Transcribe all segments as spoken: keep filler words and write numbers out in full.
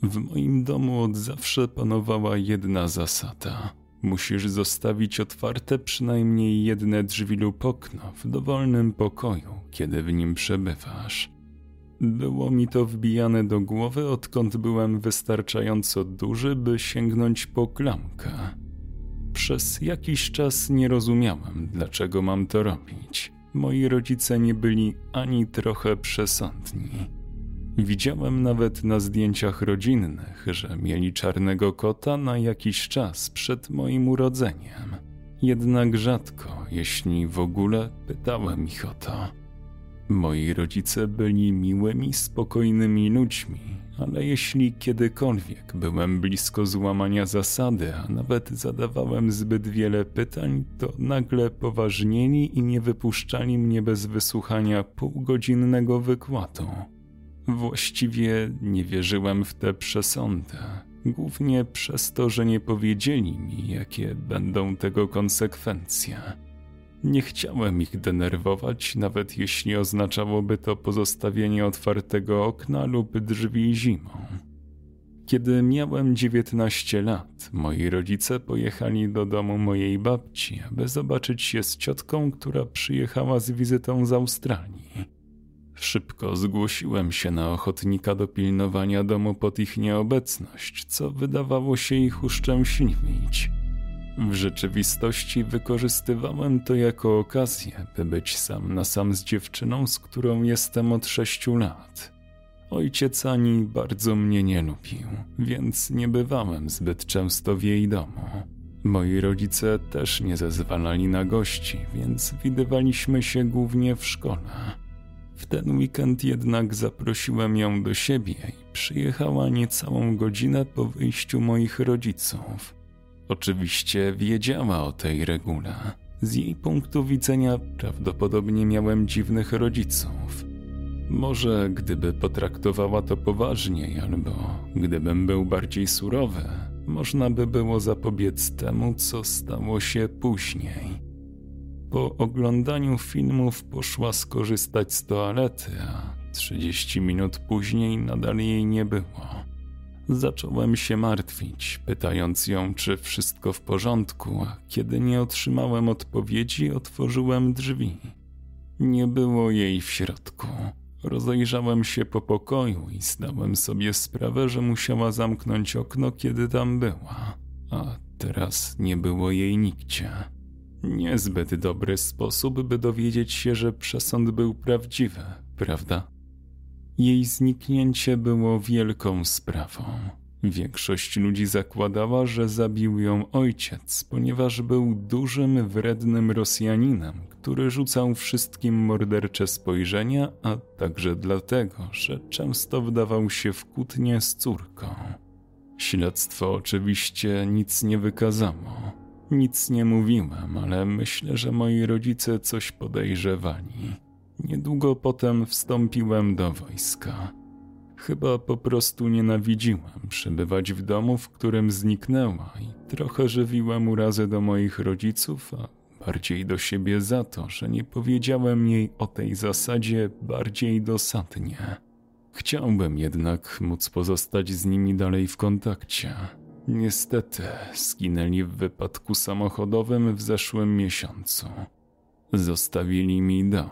W moim domu od zawsze panowała jedna zasada. Musisz zostawić otwarte przynajmniej jedne drzwi lub okno w dowolnym pokoju, kiedy w nim przebywasz. Było mi to wbijane do głowy, odkąd byłem wystarczająco duży, by sięgnąć po klamkę. Przez jakiś czas nie rozumiałem, dlaczego mam to robić. Moi rodzice nie byli ani trochę przesądni. Widziałem nawet na zdjęciach rodzinnych, że mieli czarnego kota na jakiś czas przed moim urodzeniem. Jednak rzadko, jeśli w ogóle, pytałem ich o to. Moi rodzice byli miłymi, spokojnymi ludźmi, ale jeśli kiedykolwiek byłem blisko złamania zasady, a nawet zadawałem zbyt wiele pytań, to nagle poważnieli i nie wypuszczali mnie bez wysłuchania półgodzinnego wykładu. Właściwie nie wierzyłem w te przesądy, głównie przez to, że nie powiedzieli mi, jakie będą tego konsekwencje. Nie chciałem ich denerwować, nawet jeśli oznaczałoby to pozostawienie otwartego okna lub drzwi zimą. Kiedy miałem dziewiętnaście lat, moi rodzice pojechali do domu mojej babci, aby zobaczyć się z ciotką, która przyjechała z wizytą z Australii. Szybko zgłosiłem się na ochotnika do pilnowania domu pod ich nieobecność, co wydawało się ich uszczęśliwić. W rzeczywistości wykorzystywałem to jako okazję, by być sam na sam z dziewczyną, z którą jestem od sześciu lat. Ojciec Ani bardzo mnie nie lubił, więc nie bywałem zbyt często w jej domu. Moi rodzice też nie zezwalali na gości, więc widywaliśmy się głównie w szkole. W ten weekend jednak zaprosiłem ją do siebie i przyjechała niecałą godzinę po wyjściu moich rodziców. Oczywiście wiedziała o tej regule. Z jej punktu widzenia prawdopodobnie miałem dziwnych rodziców. Może gdyby potraktowała to poważniej, albo gdybym był bardziej surowy, można by było zapobiec temu, co stało się później. Po oglądaniu filmów poszła skorzystać z toalety, a trzydzieści minut później nadal jej nie było. Zacząłem się martwić, pytając ją, czy wszystko w porządku, a kiedy nie otrzymałem odpowiedzi, otworzyłem drzwi. Nie było jej w środku. Rozejrzałem się po pokoju i zdałem sobie sprawę, że musiała zamknąć okno, kiedy tam była, a teraz nie było jej nigdzie. Niezbyt dobry sposób, by dowiedzieć się, że przesąd był prawdziwy, prawda? Jej zniknięcie było wielką sprawą. Większość ludzi zakładała, że zabił ją ojciec, ponieważ był dużym, wrednym Rosjaninem, który rzucał wszystkim mordercze spojrzenia, a także dlatego, że często wdawał się w kłótnie z córką. Śledztwo oczywiście nic nie wykazało. Nic nie mówiłem, ale myślę, że moi rodzice coś podejrzewali. Niedługo potem wstąpiłem do wojska. Chyba po prostu nienawidziłem przebywać w domu, w którym zniknęła i trochę żywiłem urazę do moich rodziców, a bardziej do siebie za to, że nie powiedziałem jej o tej zasadzie bardziej dosadnie. Chciałbym jednak móc pozostać z nimi dalej w kontakcie. Niestety zginęli w wypadku samochodowym w zeszłym miesiącu. Zostawili mi dom.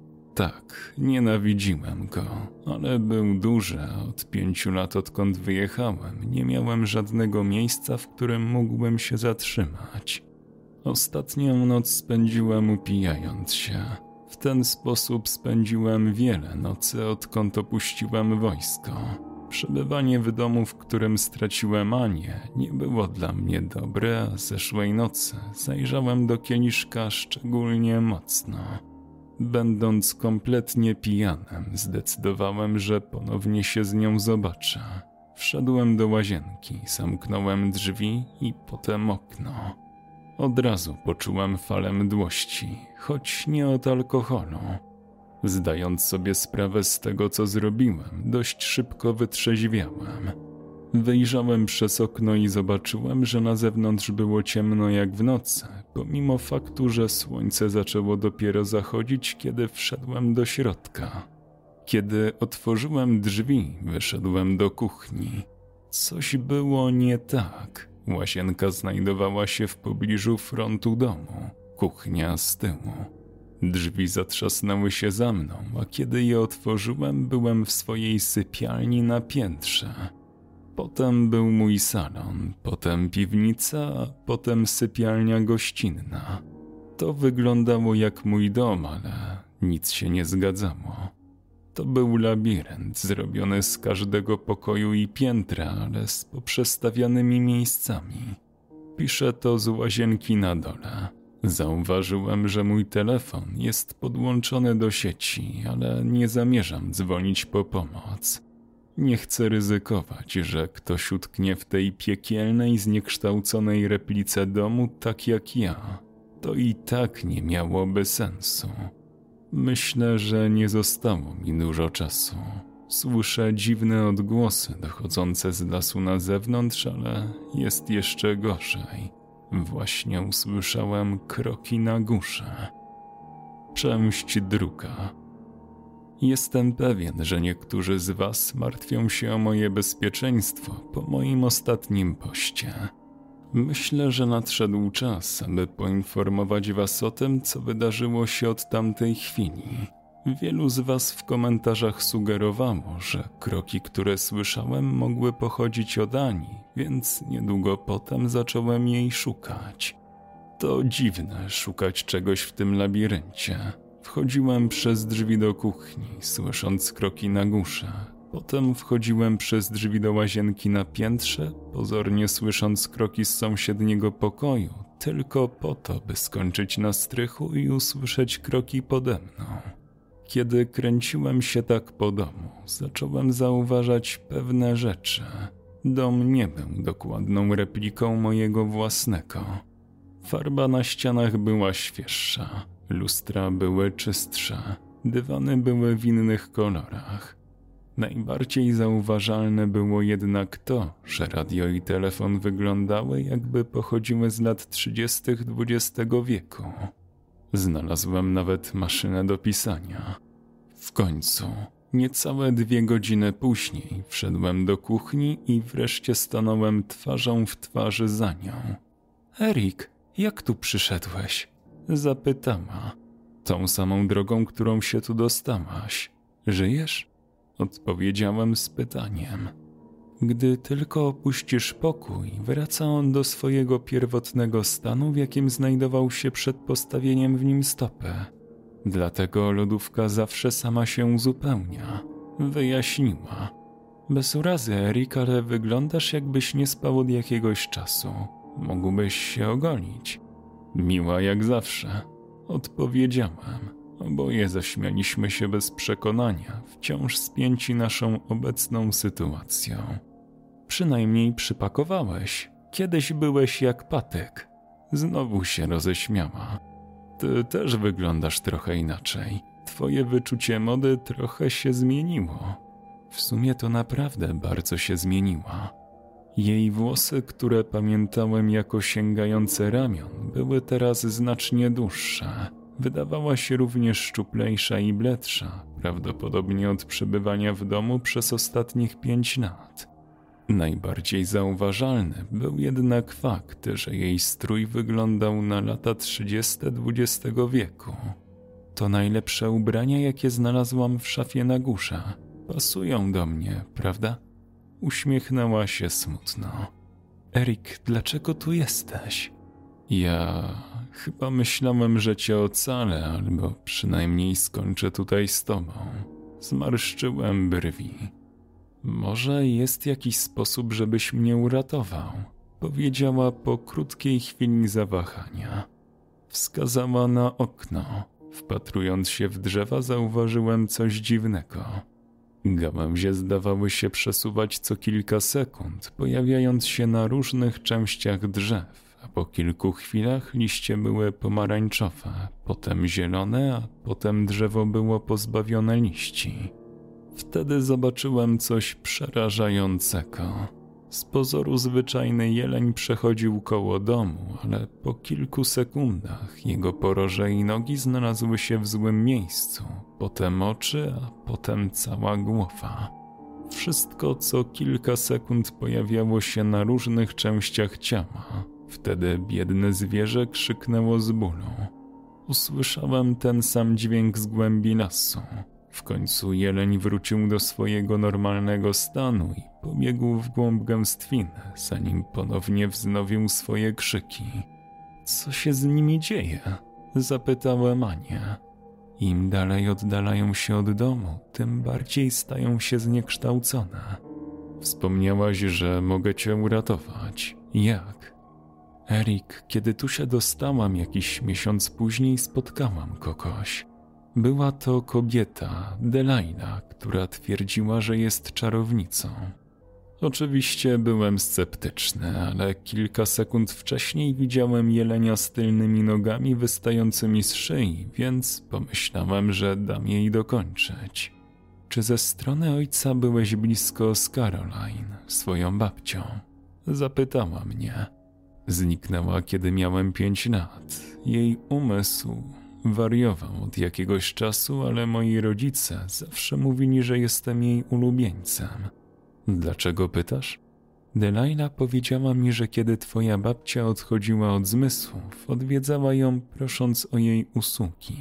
Tak, nienawidziłem go, ale był duży, a od pięciu lat odkąd wyjechałem nie miałem żadnego miejsca, w którym mógłbym się zatrzymać. Ostatnią noc spędziłem upijając się. W ten sposób spędziłem wiele nocy, odkąd opuściłem wojsko. Przebywanie w domu, w którym straciłem Anię, nie było dla mnie dobre, a zeszłej nocy zajrzałem do kieliszka szczególnie mocno. Będąc kompletnie pijanym, zdecydowałem, że ponownie się z nią zobaczę. Wszedłem do łazienki, zamknąłem drzwi i potem okno. Od razu poczułem falę mdłości, choć nie od alkoholu. Zdając sobie sprawę z tego, co zrobiłem, dość szybko wytrzeźwiałem. Wyjrzałem przez okno i zobaczyłem, że na zewnątrz było ciemno jak w nocy, pomimo faktu, że słońce zaczęło dopiero zachodzić, kiedy wszedłem do środka. Kiedy otworzyłem drzwi, wyszedłem do kuchni. Coś było nie tak. Łazienka znajdowała się w pobliżu frontu domu, kuchnia z tyłu. Drzwi zatrzasnęły się za mną, a kiedy je otworzyłem, byłem w swojej sypialni na piętrze. Potem był mój salon, potem piwnica, a potem sypialnia gościnna. To wyglądało jak mój dom, ale nic się nie zgadzało. To był labirynt zrobiony z każdego pokoju i piętra, ale z poprzestawianymi miejscami. Piszę to z łazienki na dole. Zauważyłem, że mój telefon jest podłączony do sieci, ale nie zamierzam dzwonić po pomoc. Nie chcę ryzykować, że ktoś utknie w tej piekielnej, zniekształconej replice domu tak jak ja. To i tak nie miałoby sensu. Myślę, że nie zostało mi dużo czasu. Słyszę dziwne odgłosy dochodzące z lasu na zewnątrz, ale jest jeszcze gorzej. Właśnie usłyszałem kroki na górze. Część druga. Jestem pewien, że niektórzy z was martwią się o moje bezpieczeństwo po moim ostatnim poście. Myślę, że nadszedł czas, aby poinformować was o tym, co wydarzyło się od tamtej chwili. Wielu z was w komentarzach sugerowało, że kroki, które słyszałem, mogły pochodzić od Ani, więc niedługo potem zacząłem jej szukać. To dziwne szukać czegoś w tym labiryncie. Wchodziłem przez drzwi do kuchni, słysząc kroki na górze. Potem wchodziłem przez drzwi do łazienki na piętrze, pozornie słysząc kroki z sąsiedniego pokoju, tylko po to, by skończyć na strychu i usłyszeć kroki pode mną. Kiedy kręciłem się tak po domu, zacząłem zauważać pewne rzeczy. Dom nie był dokładną repliką mojego własnego. Farba na ścianach była świeższa, lustra były czystsze, dywany były w innych kolorach. Najbardziej zauważalne było jednak to, że radio i telefon wyglądały, jakby pochodziły z lat trzydziestych dwudziestego wieku. Znalazłem nawet maszynę do pisania. W końcu, niecałe dwie godziny później, wszedłem do kuchni i wreszcie stanąłem twarzą w twarzy za nią. Erik, jak tu przyszedłeś? Zapytała. Tą samą drogą, którą się tu dostałaś. Żyjesz? Odpowiedziałem z pytaniem. Gdy tylko opuścisz pokój, wraca on do swojego pierwotnego stanu, w jakim znajdował się przed postawieniem w nim stopy. Dlatego lodówka zawsze sama się uzupełnia. Wyjaśniła. Bez urazy, Erik, ale wyglądasz, jakbyś nie spał od jakiegoś czasu. Mógłbyś się ogolić. Miła jak zawsze. Odpowiedziałem. Oboje zaśmialiśmy się bez przekonania, wciąż spięci naszą obecną sytuacją. Przynajmniej przypakowałeś. Kiedyś byłeś jak patyk. Znowu się roześmiała. Ty też wyglądasz trochę inaczej. Twoje wyczucie mody trochę się zmieniło. W sumie to naprawdę bardzo się zmieniła. Jej włosy, które pamiętałem jako sięgające ramion, były teraz znacznie dłuższe. Wydawała się również szczuplejsza i bledsza, prawdopodobnie od przebywania w domu przez ostatnich pięć lat. Najbardziej zauważalny był jednak fakt, że jej strój wyglądał na lata trzydzieste dwudziestego wieku. To najlepsze ubrania, jakie znalazłam w szafie na górze. Pasują do mnie, prawda? Uśmiechnęła się smutno. Erik, dlaczego tu jesteś? Ja chyba myślałem, że cię ocalę, albo przynajmniej skończę tutaj z tobą. Zmarszczyłem brwi. Może jest jakiś sposób, żebyś mnie uratował? Powiedziała po krótkiej chwili zawahania. Wskazała na okno. Wpatrując się w drzewa, zauważyłem coś dziwnego. Gałęzie zdawały się przesuwać co kilka sekund, pojawiając się na różnych częściach drzew, a po kilku chwilach liście były pomarańczowe, potem zielone, a potem drzewo było pozbawione liści. Wtedy zobaczyłem coś przerażającego. Z pozoru zwyczajny jeleń przechodził koło domu, ale po kilku sekundach jego poroże i nogi znalazły się w złym miejscu, potem oczy, a potem cała głowa. Wszystko co kilka sekund pojawiało się na różnych częściach ciała. Wtedy biedne zwierzę krzyknęło z bólu. Usłyszałem ten sam dźwięk z głębi lasu. W końcu jeleń wrócił do swojego normalnego stanu i pobiegł w głąb gęstwiny, zanim ponownie wznowił swoje krzyki. Co się z nimi dzieje? Zapytałem Anię. Im dalej oddalają się od domu, tym bardziej stają się zniekształcone. Wspomniałaś, że mogę cię uratować. Jak? Erik, kiedy tu się dostałam jakiś miesiąc później, spotkałam kogoś. Była to kobieta, Delaila, która twierdziła, że jest czarownicą. Oczywiście byłem sceptyczny, ale kilka sekund wcześniej widziałem jelenia z tylnymi nogami wystającymi z szyi, więc pomyślałem, że dam jej dokończyć. Czy ze strony ojca byłeś blisko z Caroline, swoją babcią? Zapytała mnie. Zniknęła, kiedy miałem pięć lat. Jej umysł wariował od jakiegoś czasu, ale moi rodzice zawsze mówili, że jestem jej ulubieńcem. Dlaczego pytasz? Delaila powiedziała mi, że kiedy twoja babcia odchodziła od zmysłów, odwiedzała ją prosząc o jej usługi.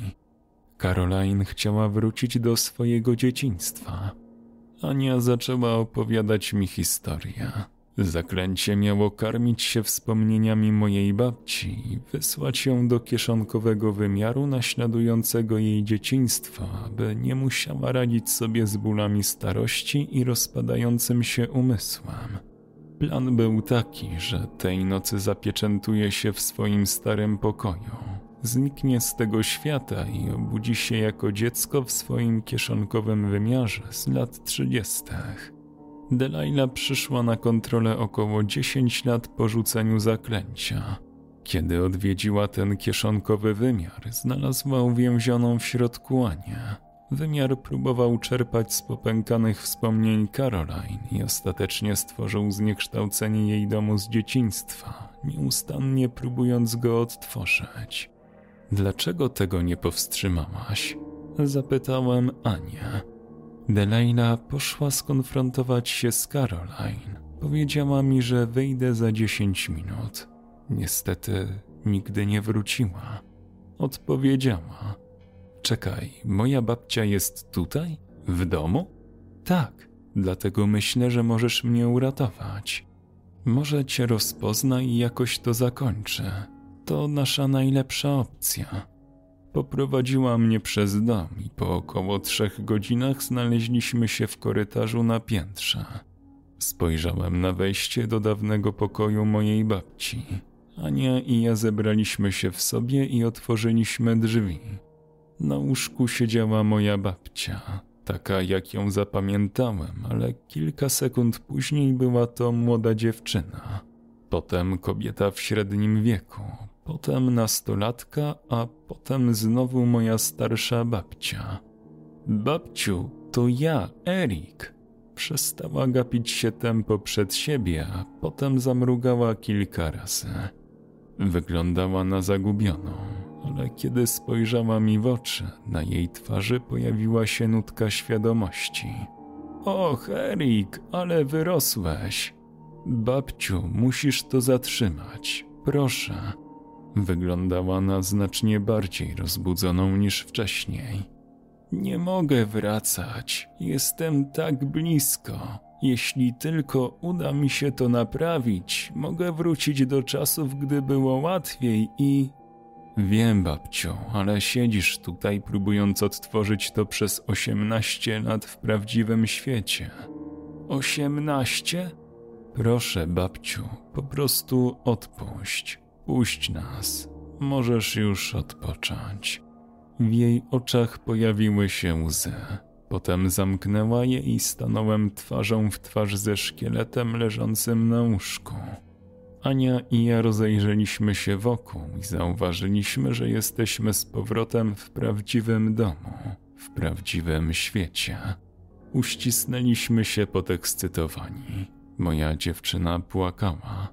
Caroline chciała wrócić do swojego dzieciństwa. Ania zaczęła opowiadać mi historię. Zaklęcie miało karmić się wspomnieniami mojej babci i wysłać ją do kieszonkowego wymiaru naśladującego jej dzieciństwo, aby nie musiała radzić sobie z bólami starości i rozpadającym się umysłem. Plan był taki, że tej nocy zapieczętuje się w swoim starym pokoju. Zniknie z tego świata i obudzi się jako dziecko w swoim kieszonkowym wymiarze z lat trzydziestych. Delaila przyszła na kontrolę około dziesięć lat po rzuceniu zaklęcia. Kiedy odwiedziła ten kieszonkowy wymiar, znalazła uwięzioną w środku Anię. Wymiar próbował czerpać z popękanych wspomnień Caroline i ostatecznie stworzył zniekształcenie jej domu z dzieciństwa, nieustannie próbując go odtworzyć. Dlaczego tego nie powstrzymałaś? Zapytałem Anię. Delaila poszła skonfrontować się z Caroline. Powiedziała mi, że wyjdę za dziesięć minut. Niestety nigdy nie wróciła. Odpowiedziała. Czekaj, moja babcia jest tutaj? W domu? Tak, dlatego myślę, że możesz mnie uratować. Może cię rozpozna i jakoś to zakończy. To nasza najlepsza opcja. Poprowadziła mnie przez dom i po około trzech godzinach znaleźliśmy się w korytarzu na piętrze. Spojrzałem na wejście do dawnego pokoju mojej babci. Ania i ja zebraliśmy się w sobie i otworzyliśmy drzwi. Na łóżku siedziała moja babcia, taka jak ją zapamiętałem, ale kilka sekund później była to młoda dziewczyna. Potem kobieta w średnim wieku, potem nastolatka, a potem znowu moja starsza babcia. Babciu, to ja, Erik. Przestała gapić się tempo przed siebie, a potem zamrugała kilka razy. Wyglądała na zagubioną, ale kiedy spojrzała mi w oczy, na jej twarzy pojawiła się nutka świadomości. Och, Erik, ale wyrosłeś. Babciu, musisz to zatrzymać, proszę. Wyglądała na znacznie bardziej rozbudzoną niż wcześniej. Nie mogę wracać, jestem tak blisko. Jeśli tylko uda mi się to naprawić, mogę wrócić do czasów, gdy było łatwiej i... Wiem, babciu, ale siedzisz tutaj, próbując odtworzyć to przez osiemnaście lat w prawdziwym świecie. Osiemnaście? Proszę, babciu, po prostu odpuść. Puść nas. Możesz już odpocząć. W jej oczach pojawiły się łzy. Potem zamknęła je i stanąłem twarzą w twarz ze szkieletem leżącym na łóżku. Ania i ja rozejrzeliśmy się wokół i zauważyliśmy, że jesteśmy z powrotem w prawdziwym domu, w prawdziwym świecie. Uścisnęliśmy się podekscytowani. Moja dziewczyna płakała.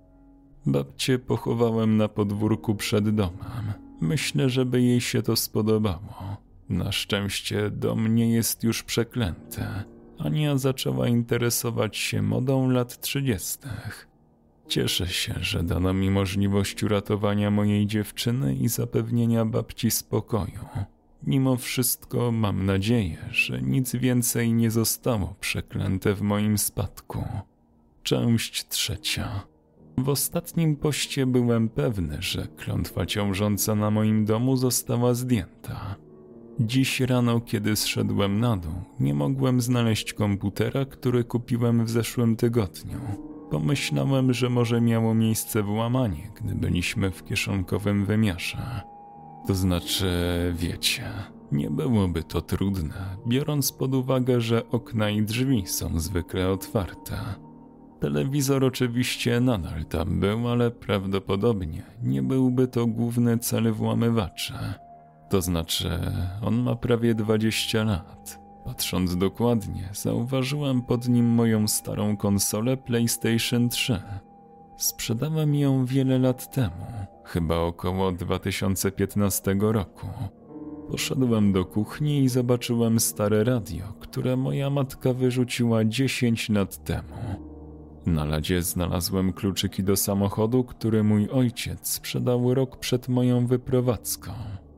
Babcię pochowałem na podwórku przed domem. Myślę, żeby jej się to spodobało. Na szczęście dom nie jest już przeklęty. Ania zaczęła interesować się modą lat trzydziestych. Cieszę się, że dano mi możliwość uratowania mojej dziewczyny i zapewnienia babci spokoju. Mimo wszystko mam nadzieję, że nic więcej nie zostało przeklęte w moim spadku. Część trzecia. W ostatnim poście byłem pewny, że klątwa ciążąca na moim domu została zdjęta. Dziś rano, kiedy zszedłem na dół, nie mogłem znaleźć komputera, który kupiłem w zeszłym tygodniu. Pomyślałem, że może miało miejsce włamanie, gdy byliśmy w kieszonkowym wymiarze. To znaczy, wiecie, nie byłoby to trudne, biorąc pod uwagę, że okna i drzwi są zwykle otwarte. Telewizor oczywiście nadal tam był, ale prawdopodobnie nie byłby to główny cel włamywaczy. To znaczy, on ma prawie dwadzieścia lat. Patrząc dokładnie, zauważyłem pod nim moją starą konsolę PlayStation trzy. Sprzedałem ją wiele lat temu, chyba około dwa tysiące piętnastego roku. Poszedłem do kuchni i zobaczyłem stare radio, które moja matka wyrzuciła dziesięć lat temu. Na ladzie znalazłem kluczyki do samochodu, który mój ojciec sprzedał rok przed moją wyprowadzką.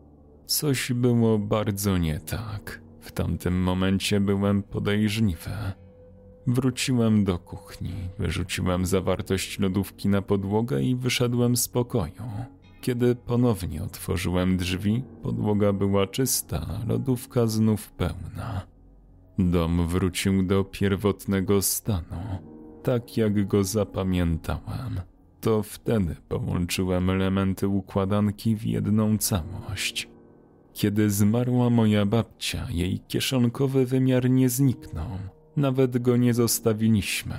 Coś było bardzo nie tak. W tamtym momencie byłem podejrzliwy. Wróciłem do kuchni, wyrzuciłem zawartość lodówki na podłogę i wyszedłem z pokoju. Kiedy ponownie otworzyłem drzwi, podłoga była czysta, a lodówka znów pełna. Dom wrócił do pierwotnego stanu, tak jak go zapamiętałem. To wtedy połączyłem elementy układanki w jedną całość. Kiedy zmarła moja babcia, jej kieszonkowy wymiar nie zniknął. Nawet go nie zostawiliśmy.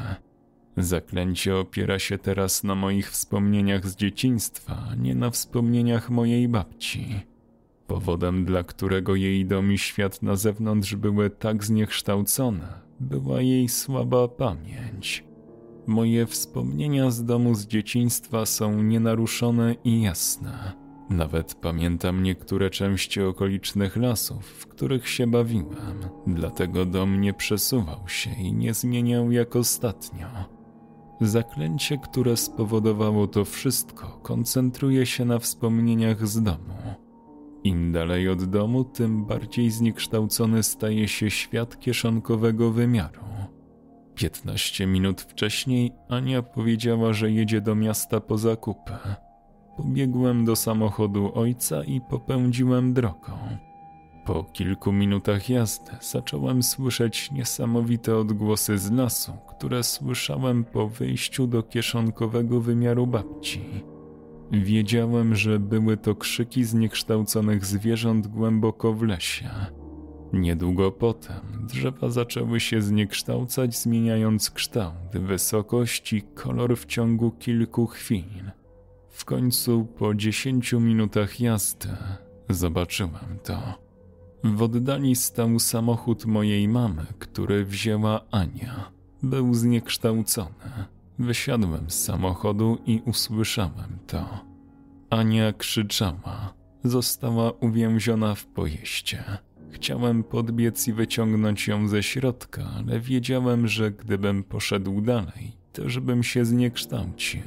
Zaklęcie opiera się teraz na moich wspomnieniach z dzieciństwa, a nie na wspomnieniach mojej babci. Powodem, dla którego jej dom i świat na zewnątrz były tak zniekształcone, była jej słaba pamięć. Moje wspomnienia z domu z dzieciństwa są nienaruszone i jasne. Nawet pamiętam niektóre części okolicznych lasów, w których się bawiłem, dlatego dom nie przesuwał się i nie zmieniał jak ostatnio. Zaklęcie, które spowodowało to wszystko, koncentruje się na wspomnieniach z domu. Im dalej od domu, tym bardziej zniekształcony staje się świat kieszonkowego wymiaru. Piętnaście minut wcześniej Ania powiedziała, że jedzie do miasta po zakupy. Pobiegłem do samochodu ojca i popędziłem drogą. Po kilku minutach jazdy zacząłem słyszeć niesamowite odgłosy z lasu, które słyszałem po wyjściu do kieszonkowego wymiaru babci. Wiedziałem, że były to krzyki zniekształconych zwierząt głęboko w lesie. Niedługo potem drzewa zaczęły się zniekształcać, zmieniając kształt, wysokość i kolor w ciągu kilku chwil. W końcu po dziesięciu minutach jazdy zobaczyłem to. W oddali stał samochód mojej mamy, który wzięła Ania. Był zniekształcony. Wysiadłem z samochodu i usłyszałem to. Ania krzyczała. Została uwięziona w pojeździe. Chciałem podbiec i wyciągnąć ją ze środka, ale wiedziałem, że gdybym poszedł dalej, też bym się zniekształcił.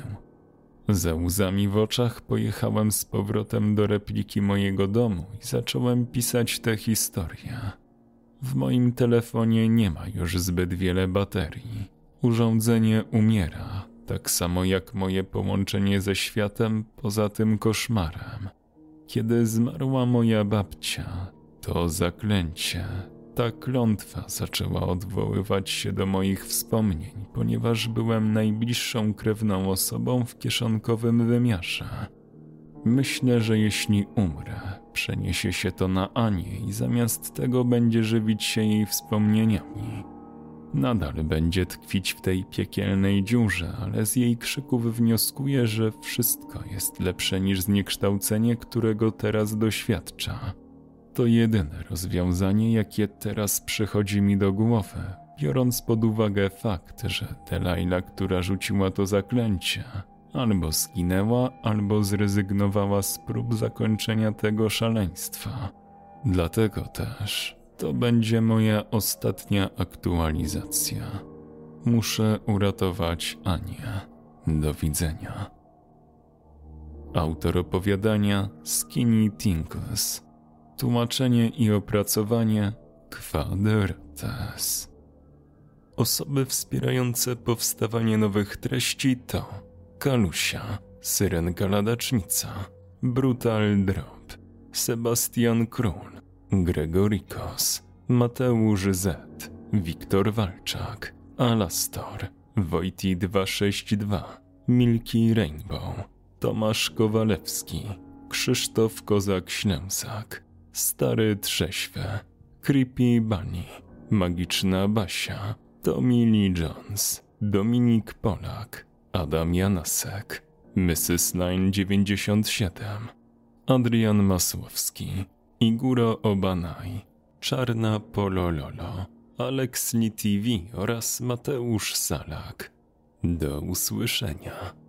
Ze łzami w oczach pojechałem z powrotem do repliki mojego domu i zacząłem pisać tę historię. W moim telefonie nie ma już zbyt wiele baterii. Urządzenie umiera, tak samo jak moje połączenie ze światem poza tym koszmarem. Kiedy zmarła moja babcia, to zaklęcie, ta klątwa zaczęła odwoływać się do moich wspomnień, ponieważ byłem najbliższą krewną osobą w kieszonkowym wymiarze. Myślę, że jeśli umrę, przeniesie się to na Anię i zamiast tego będzie żywić się jej wspomnieniami. Nadal będzie tkwić w tej piekielnej dziurze, ale z jej krzyków wnioskuję, że wszystko jest lepsze niż zniekształcenie, którego teraz doświadcza. To jedyne rozwiązanie, jakie teraz przychodzi mi do głowy, biorąc pod uwagę fakt, że Delilah, która rzuciła to zaklęcie, albo zginęła, albo zrezygnowała z prób zakończenia tego szaleństwa. Dlatego też To będzie moja ostatnia aktualizacja. Muszę uratować Anię. Do widzenia. Autor opowiadania Skinny Tinkles. Tłumaczenie i opracowanie Kwadrates. Osoby wspierające powstawanie nowych treści to Kalusia, Syrenka Ladacznica, Brutal Drop, Sebastian Król, Gregorikos, Mateusz Z, Wiktor Walczak, Alastor, Wojti dwieście sześćdziesiąt dwa, Milky Rainbow, Tomasz Kowalewski, Krzysztof Kozak-Ślęsak, Stary Trześwy, Creepy Bunny, Magiczna Basia, Tommy Lee Jones, Dominik Polak, Adam Janasek, missus Line dziewięćdziesiąt siedem, Adrian Masłowski, Iguro Obanaj, Czarna Polololo, Alex Lee T V oraz Mateusz Salak. Do usłyszenia.